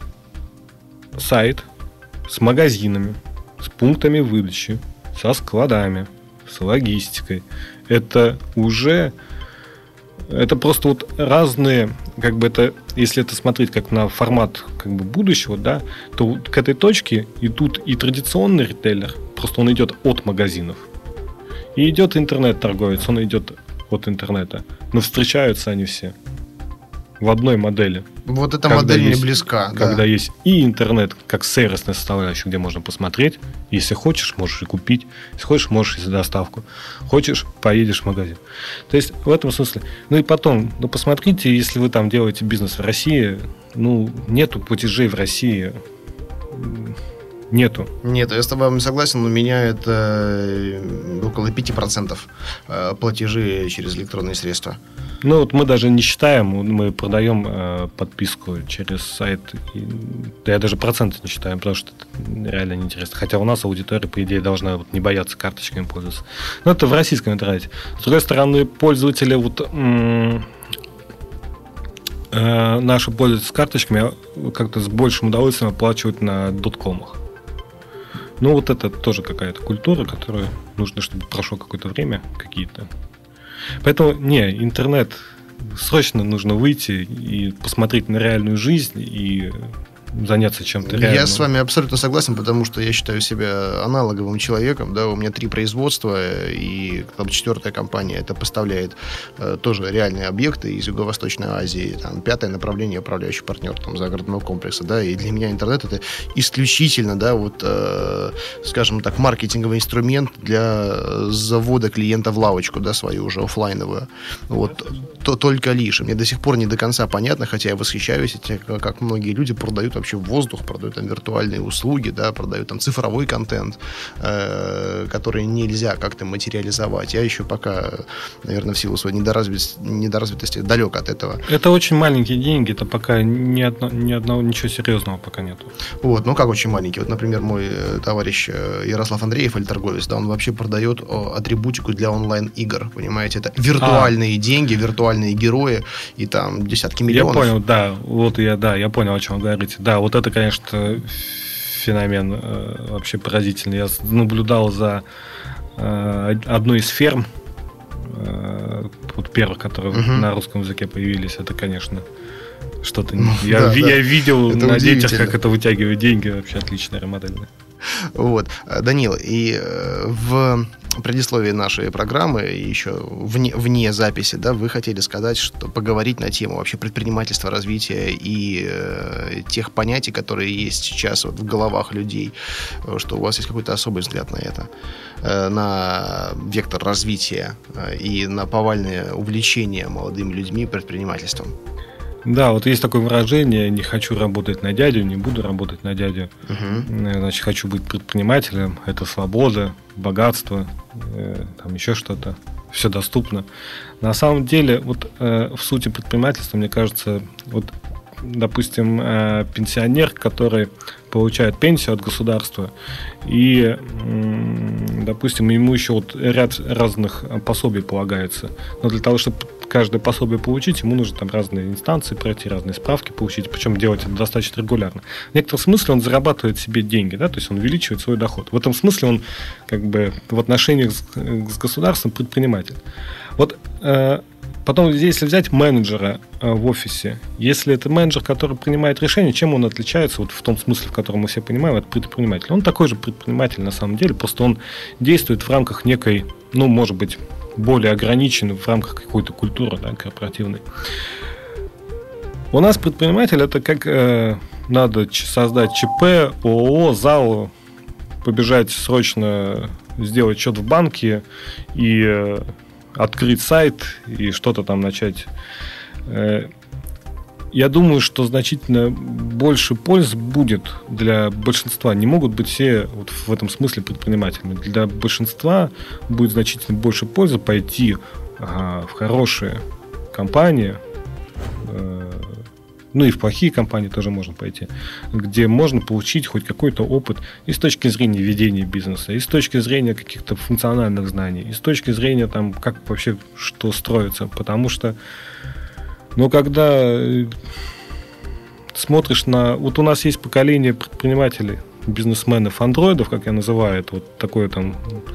сайт с магазинами, с пунктами выдачи, со складами, с логистикой. Это уже это просто вот разные, как бы это, если это смотреть как на формат как бы будущего, да, то к этой точке идут и традиционный ритейлер, просто он идет от магазинов, и идет интернет-торговец, он идет от интернета, но встречаются они все в одной модели. Вот эта модель есть, мне близка. Когда да. есть и интернет как сервисная составляющая, где можно посмотреть. Если хочешь, можешь и купить. Если хочешь, можешь и доставку. Хочешь, поедешь в магазин. То есть в этом смысле. Ну и потом, ну посмотрите, если вы там делаете бизнес в России, ну нету платежей в России. Нету. Нет, я с тобой согласен, у меня это около пять процентов платежи через электронные средства. Ну, вот мы даже не считаем, мы продаем э, подписку через сайт. И, да я даже проценты не считаем, потому что это реально неинтересно. Хотя у нас аудитория, по идее, должна вот не бояться карточками пользоваться. Но это в российском интернете. С другой стороны, пользователи, вот м- э, наши пользователи с карточками как-то с большим удовольствием оплачивают на доткомах. Ну, вот это тоже какая-то культура, которую нужно, чтобы прошло какое-то время, какие-то. Поэтому, не, интернет, срочно нужно выйти и посмотреть на реальную жизнь и заняться чем-то реальным. Я с вами абсолютно согласен, потому что я считаю себя аналоговым человеком. Да, у меня три производства, и там, четвертая компания это поставляет э, тоже реальные объекты из Юго-Восточной Азии. Там, пятое направление управляющий партнер там, загородного комплекса. Да, и для меня интернет это исключительно, да, вот, э, скажем так, маркетинговый инструмент для завода клиента в лавочку, да, свою уже офлайновую. Вот, то только лишь. Мне до сих пор не до конца понятно, хотя я восхищаюсь, как многие люди продают вообще в воздух, продают там виртуальные услуги, да, продают там цифровой контент, э, который нельзя как-то материализовать. Я еще пока, наверное, в силу своей недоразвитости, недоразвитости далек от этого. Это очень маленькие деньги, это пока ни, одно, ни одного, ничего серьезного пока нету. Вот, ну как очень маленькие. Вот, например, мой товарищ Ярослав Андреев, альторговец, да, он вообще продает атрибутику для онлайн-игр, понимаете? Это виртуальные а. деньги, виртуальные герои, и там десятки миллионов. Я понял, да, вот я, да, я понял, о чем вы говорите. Да, вот это, конечно, феномен э, вообще поразительный. Я наблюдал за э, одной из ферм, э, вот первых, которые uh-huh. на русском языке появились. Это, конечно, что-то... Я, да, я да. видел это на детях, как это вытягивает деньги. Вообще отличная модель. Вот, Данил, и в предисловии нашей программы, еще вне, вне записи, да, вы хотели сказать, что поговорить на тему вообще предпринимательства, развития и э, тех понятий, которые есть сейчас вот в головах людей, что у вас есть какой-то особый взгляд на это, э, на вектор развития э, и на повальное увлечение молодыми людьми предпринимательством. Да, вот есть такое выражение: не хочу работать на дядю, не буду работать на дядю. Uh-huh. Значит, хочу быть предпринимателем. Это свобода, богатство, э, там еще что-то. Все доступно. На самом деле, вот э, в сути предпринимательства, мне кажется, вот, допустим, э, пенсионер, который получает пенсию от государства, и, э, допустим, ему еще вот ряд разных пособий полагается. Но для того, чтобы каждое пособие получить, ему нужно там разные инстанции пройти, разные справки получить, причем делать это достаточно регулярно. В некотором смысле он зарабатывает себе деньги, да, то есть он увеличивает свой доход. В этом смысле он как бы в отношениях с, с государством предприниматель. Вот э, потом, если взять менеджера э, в офисе, если это менеджер, который принимает решения, чем он отличается, вот в том смысле, в котором мы все понимаем, от предпринимателя? Он такой же предприниматель на самом деле, просто он действует в рамках некой, ну, может быть, более ограничены в рамках какой-то культуры, да, корпоративной. У нас предприниматель это как э, надо создать ЧП, ООО, ЗАО, побежать срочно сделать счет в банке и э, открыть сайт и что-то там начать. Э, я думаю, что значительно больше пользы будет для большинства. Не могут быть все вот в этом смысле предпринимателями. Для большинства будет значительно больше пользы пойти ага, в хорошие компании, э, ну и в плохие компании тоже можно пойти, где можно получить хоть какой-то опыт и с точки зрения ведения бизнеса, и с точки зрения каких-то функциональных знаний, и с точки зрения там, как вообще что строится. Потому что, ну, когда смотришь на... Вот у нас есть поколение предпринимателей, бизнесменов, андроидов, как я называю это, вот такое там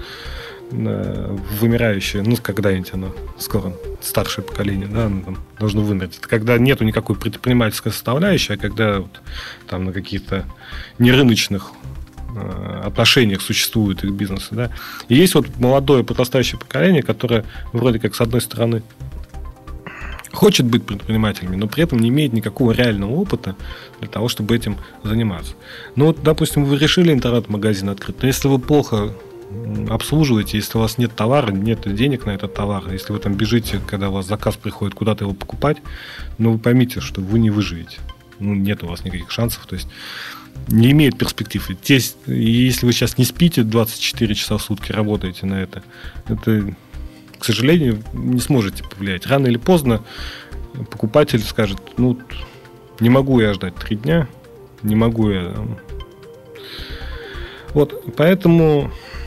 вымирающее, ну, когда-нибудь оно скоро, старшее поколение, да, оно там должно вымереть. Это когда нету никакой предпринимательской составляющей, а когда вот, там на каких-то нерыночных э, отношениях существуют их бизнесы, да. И есть вот молодое подрастающее поколение, которое вроде как с одной стороны хочет быть предпринимателями, но при этом не имеет никакого реального опыта для того, чтобы этим заниматься. Ну вот, допустим, вы решили интернет-магазин открыть, но если вы плохо обслуживаете, если у вас нет товара, нет денег на этот товар, если вы там бежите, когда у вас заказ приходит, куда-то его покупать, ну вы поймите, что вы не выживете. Ну, нет у вас никаких шансов, то есть не имеет перспектив. И если вы сейчас не спите двадцать четыре часа в сутки, работаете на это, это, к сожалению, не сможете повлиять. Рано или поздно покупатель скажет, ну, не могу я ждать три дня, не могу я... Вот, поэтому...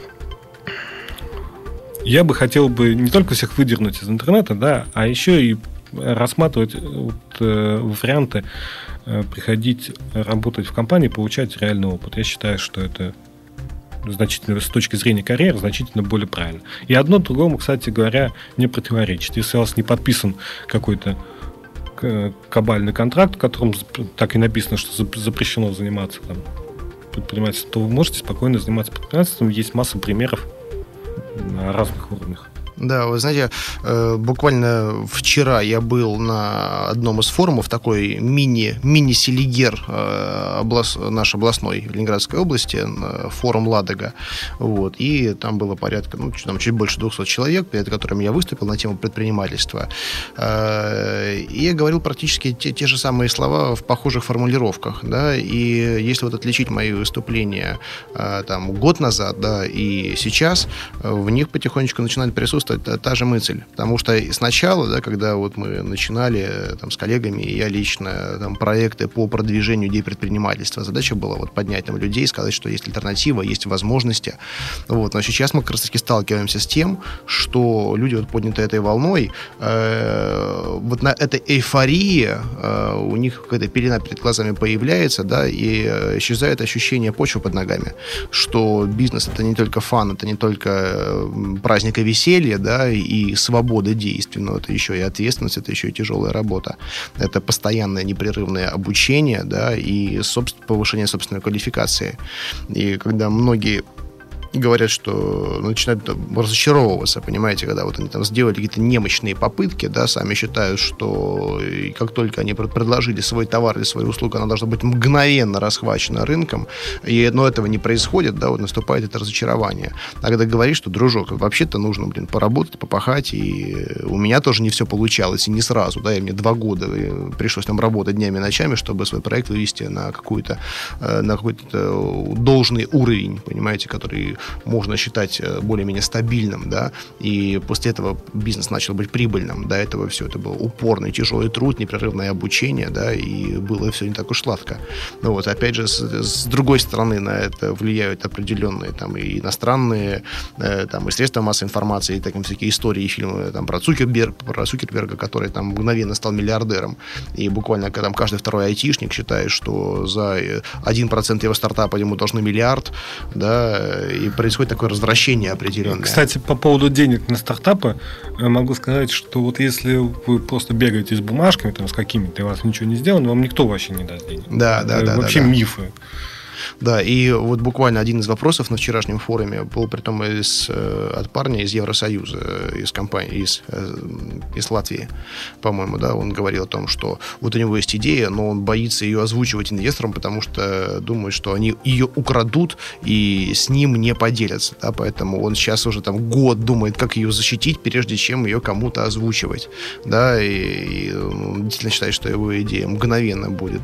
Я бы хотел бы не только всех выдернуть из интернета, да, а еще и рассматривать вот, э, варианты э, приходить работать в компании, получать реальный опыт. Я считаю, что это значительно с точки зрения карьеры значительно более правильно. И одно другому, кстати говоря, не противоречит. Если у вас не подписан какой-то кабальный контракт, в котором так и написано, что запрещено заниматься там предпринимательством, то вы можете спокойно заниматься предпринимательством. Есть масса примеров на разных уровнях. Да, вы знаете, буквально вчера я был на одном из форумов, такой мини, мини-селигер облас, наш областной в Ленинградской области, форум «Ладога». Вот, и там было порядка, ну, там чуть больше двухсот человек, перед которыми я выступил на тему предпринимательства. И я говорил практически те, те же самые слова в похожих формулировках. Да, и если вот отличить мои выступления там, год назад, да, и сейчас, в них потихонечку начинает присутствовать та же мысль. Потому что сначала, да, когда вот мы начинали там, с коллегами, и я лично, там, проекты по продвижению идей предпринимательства, задача была вот, поднять там, людей, сказать, что есть альтернатива, есть возможности. Вот. Но сейчас мы как раз таки сталкиваемся с тем, что люди, вот, подняты этой волной, э, вот на этой эйфории э, у них какая-то пелена перед глазами появляется, да, и исчезает ощущение почвы под ногами, что бизнес — это не только фан, это не только праздник и веселье, да, и свобода действий, но это еще и ответственность, это еще и тяжелая работа. Это постоянное непрерывное обучение, да, и собственно, повышение собственной квалификации. И когда многие говорят, что начинают разочаровываться, понимаете, когда вот они там сделали какие-то немощные попытки, да, сами считают, что как только они предложили свой товар или свою услугу, она должна быть мгновенно расхвачена рынком, и, но этого не происходит, да, вот наступает это разочарование. А когда говоришь, что, дружок, вообще-то нужно, блин, поработать, попахать, и у меня тоже не все получалось, и не сразу, да, и мне два года пришлось там работать днями и ночами, чтобы свой проект вывести на какую-то, на какой-то должный уровень, понимаете, который можно считать более-менее стабильным, да, и после этого бизнес начал быть прибыльным. До этого все это был упорный, тяжелый труд, непрерывное обучение, да, и было все не так уж сладко. Ну вот, опять же, с, с другой стороны, на это влияют определенные там и иностранные э, там и средства массовой информации, и такие всякие истории и фильмы там про Цукерберга, про Цукерберга, который там мгновенно стал миллиардером, и буквально там каждый второй айтишник считает, что за один процент его стартапа ему должны миллиард, да, и происходит такое развращение определенное. Кстати, по поводу денег на стартапы могу сказать, что вот если вы просто бегаете с бумажками, там, с какими-то, и у вас ничего не сделано, вам никто вообще не даст денег. Да, да, да. Вообще да, да. мифы. Да, и вот буквально один из вопросов на вчерашнем форуме был притом из, от парня из Евросоюза, из компании, из, из Латвии, по-моему, да, он говорил о том, что вот у него есть идея, но он боится ее озвучивать инвесторам, потому что думает, что они ее украдут и с ним не поделятся, да, поэтому он сейчас уже там год думает, как ее защитить, прежде чем ее кому-то озвучивать, да, и, и он действительно считает, что его идея мгновенно будет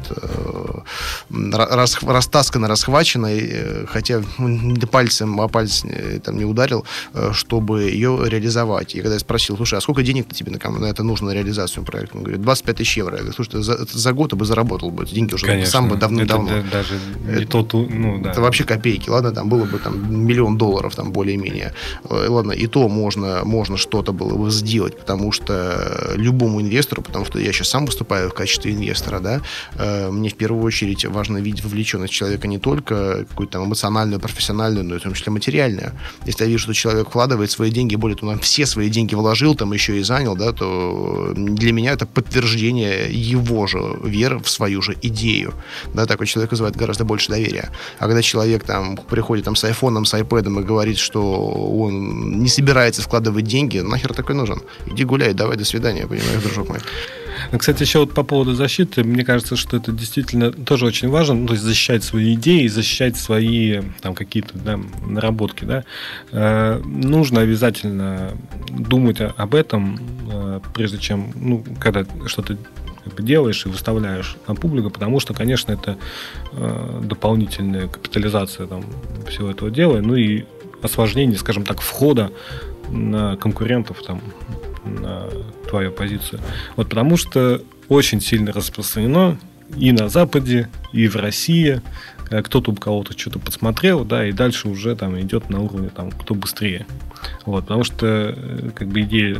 э, рас, растаскана, расхвачена, э, хотя пальцем о палец там не ударил, э, чтобы ее реализовать. И когда я спросил, слушай, а сколько денег тебе на, на это нужно на реализацию проекта? Он говорит, двадцать пять тысяч евро. Я говорю, слушай, за, за год ты бы заработал бы эти деньги уже. Конечно, сам бы давным-давно. Это даже не это, тот, ну, да. Это вообще копейки, ладно, там было бы там миллион долларов, там более-менее. Ладно, и то можно, можно что-то было бы сделать, потому что любому инвестору, потому что я сейчас сам выступаю в качестве инвестора, да, мне в первую очередь важно видеть вовлеченность человека не только какую-то там эмоциональную, профессиональную, но и в том числе материальную. Если я вижу, что человек вкладывает свои деньги, более того, он все свои деньги вложил, там еще и занял, да, то для меня это подтверждение его же веры в свою же идею. Да, такой человек вызывает гораздо больше доверия. А когда человек там приходит там с айфоном, с айпэдом и говорит, что он не собирается вкладывать деньги, нахер такой нужен? Иди гуляй, давай, до свидания, понимаешь, дружок мой. Кстати, еще вот по поводу защиты, мне кажется, что это действительно тоже очень важно, ну, то есть защищать свои идеи, защищать свои там какие-то, да, наработки, да. Э, нужно обязательно думать об этом, э, прежде чем, ну, когда что-то делаешь и выставляешь на публику, потому что, конечно, это э, дополнительная капитализация там всего этого дела, ну и осложнение, скажем так, входа на конкурентов там, на твою позицию. Вот потому что очень сильно распространено и на Западе, и в России. Кто-то у кого-то что-то подсмотрел, да, и дальше уже там идет на уровне там, кто быстрее. Вот, потому что как бы идея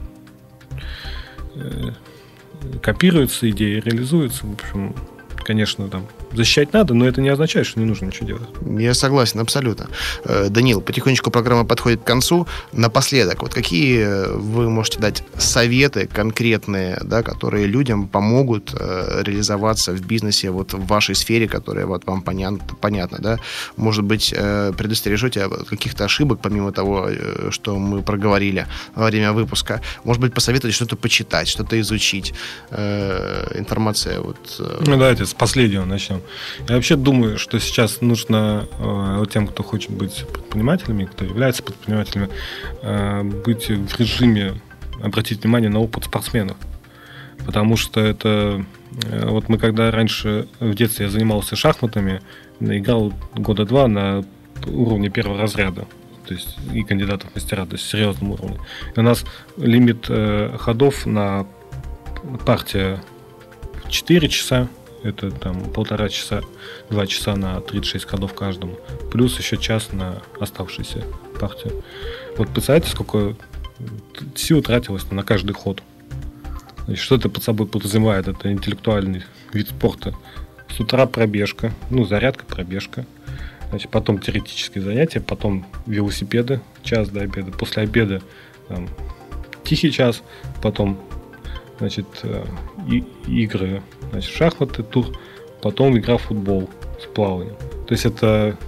э, копируется, идея реализуется. В общем, конечно, там защищать надо, но это не означает, что не нужно ничего делать. Я согласен, абсолютно. Данил, потихонечку программа подходит к концу. Напоследок, вот какие вы можете дать советы конкретные, да, которые людям помогут э, реализоваться в бизнесе, вот в вашей сфере, которая вот вам понятна, понятна, да? Может быть, э, предостережете от каких-то ошибок, помимо того, э, что мы проговорили во время выпуска. Может быть, посоветуете что-то почитать, что-то изучить. Э, информация вот... Э... Ну, давайте с последнего начнем. Я вообще думаю, что сейчас нужно э, тем, кто хочет быть предпринимателями, кто является предпринимателями, э, быть в режиме, обратить внимание на опыт спортсменов. Потому что это... Э, вот мы когда раньше в детстве я занимался шахматами, играл года два на уровне первого разряда. То есть и кандидатов в мастера, то есть серьезном уровне. И у нас лимит э, ходов на партия четыре часа. Это там полтора часа, два часа на тридцать шесть ходов каждому. Плюс еще час на оставшуюся партию. Вот представляете, сколько сил тратилось на каждый ход. Значит, что это под собой подразумевает? Это интеллектуальный вид спорта. С утра пробежка, ну, зарядка, пробежка. Значит, потом теоретические занятия, потом велосипеды, час до обеда. После обеда там, тихий час, потом, значит, и, игры, значит, шахматы, тур, потом игра в футбол с плаванием. То есть это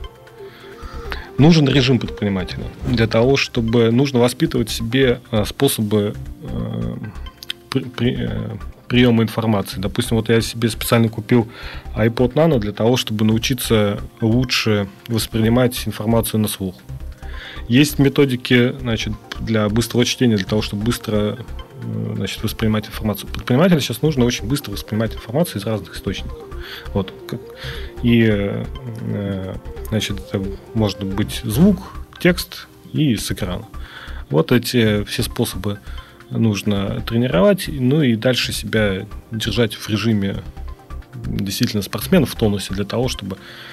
нужен режим предпринимателя для того, чтобы нужно воспитывать в себе способы э, при, при, э, приема информации. Допустим, вот я себе специально купил iPod Nano для того, чтобы научиться лучше воспринимать информацию на слух. Есть методики, значит, для быстрого чтения, для того, чтобы быстро, значит, воспринимать информацию. Предпринимателю сейчас нужно очень быстро воспринимать информацию из разных источников. Вот. И, значит, это может быть звук, текст и с экрана. Вот эти все способы нужно тренировать, ну и дальше себя держать в режиме действительно спортсмена в тонусе для того, чтобы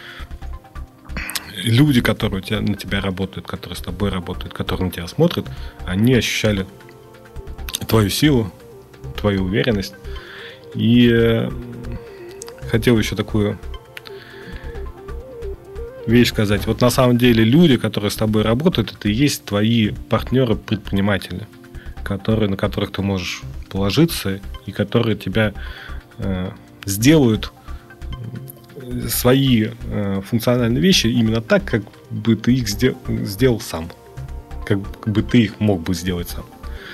люди, которые у тебя, на тебя работают, которые с тобой работают, которые на тебя смотрят, они ощущали твою силу, твою уверенность. И э, хотел еще такую вещь сказать. Вот на самом деле люди, которые с тобой работают, это и есть твои партнеры-предприниматели, которые, на которых ты можешь положиться и которые тебя э, сделают свои э, функциональные вещи именно так, как бы ты их сдел- сделал сам. Как бы ты их мог бы сделать сам.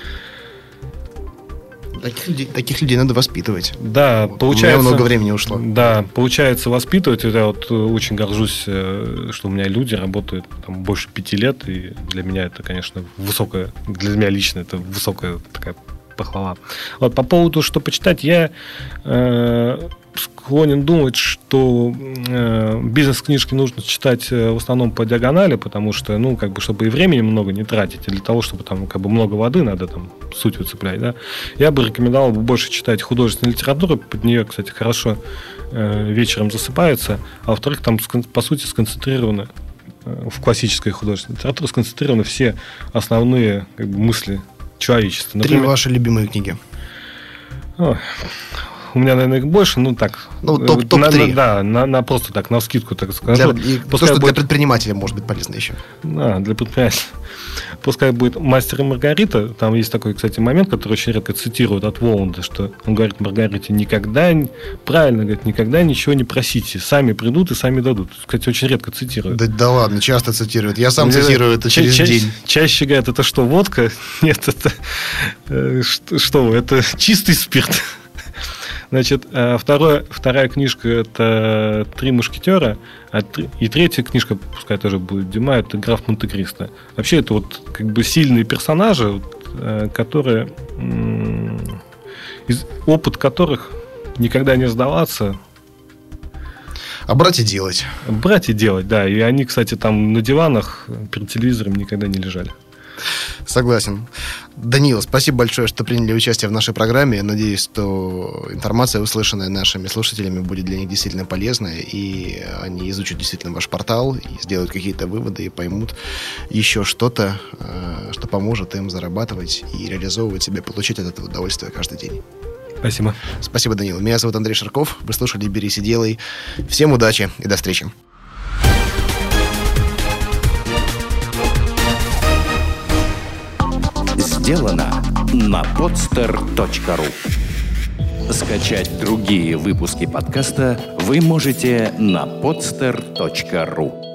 Таких людей, таких людей надо воспитывать. Да, вот. получается... У меня много времени ушло. Да, получается воспитывать. Я вот очень горжусь, что у меня люди работают там больше пяти лет, и для меня это, конечно, высокая... Для меня лично это высокая такая похвала. Вот по поводу, что почитать, я э, склонен думать, что э, бизнес-книжки нужно читать в основном по диагонали, потому что, ну, как бы, чтобы и времени много не тратить, и для того, чтобы там, как бы, много воды надо там суть выцеплять, да, я бы рекомендовал бы больше читать художественную литературу, под нее, кстати, хорошо э, вечером засыпается, а во-вторых, там, по сути, сконцентрированы э, в классической художественной литературе сконцентрированы все основные, как бы, мысли человечества. Например, Три ваши любимые книги. О, у меня, наверное, их больше, ну так. Ну, топ, топ-три. На, да, на, на просто так, на вскидку, так скажу. Для, то, что будет... для предпринимателя может быть полезно еще. Да, для предпринимателя. Пускай будет «Мастер и Маргарита». Там есть такой, кстати, момент, который очень редко цитируют от Воланда, что он говорит Маргарите: никогда, правильно говорит, никогда ничего не просите. Сами придут и сами дадут. Кстати, очень редко цитируют. Да, да ладно, часто цитируют. Я сам Мне цитирую это через ча- день. Ча- чаще говорят: это что, водка? Нет, это... Э, что, что это чистый спирт. Значит, второе, вторая книжка — это «Три мушкетера», а три, и третья книжка, пускай тоже будет Дюма, это «Граф Монте-Кристо». Вообще, это вот как бы сильные персонажи, вот, которые, из, опыт которых никогда не сдаваться. А брать и делать. Брать и делать, да. И они, кстати, там на диванах перед телевизором никогда не лежали. Согласен. Данил, спасибо большое, что приняли участие в нашей программе. Я надеюсь, что информация, услышанная нашими слушателями, будет для них действительно полезной, и они изучат действительно ваш портал, и сделают какие-то выводы, и поймут еще что-то, что поможет им зарабатывать и реализовывать себя, получить от этого удовольствие каждый день. Спасибо. Спасибо, Данил. Меня зовут Андрей Шарков. Вы слушали «Берись и делай». Всем удачи и до встречи. Сделано на подстер точка ру. Скачать другие выпуски подкаста вы можете на подстер точка ру.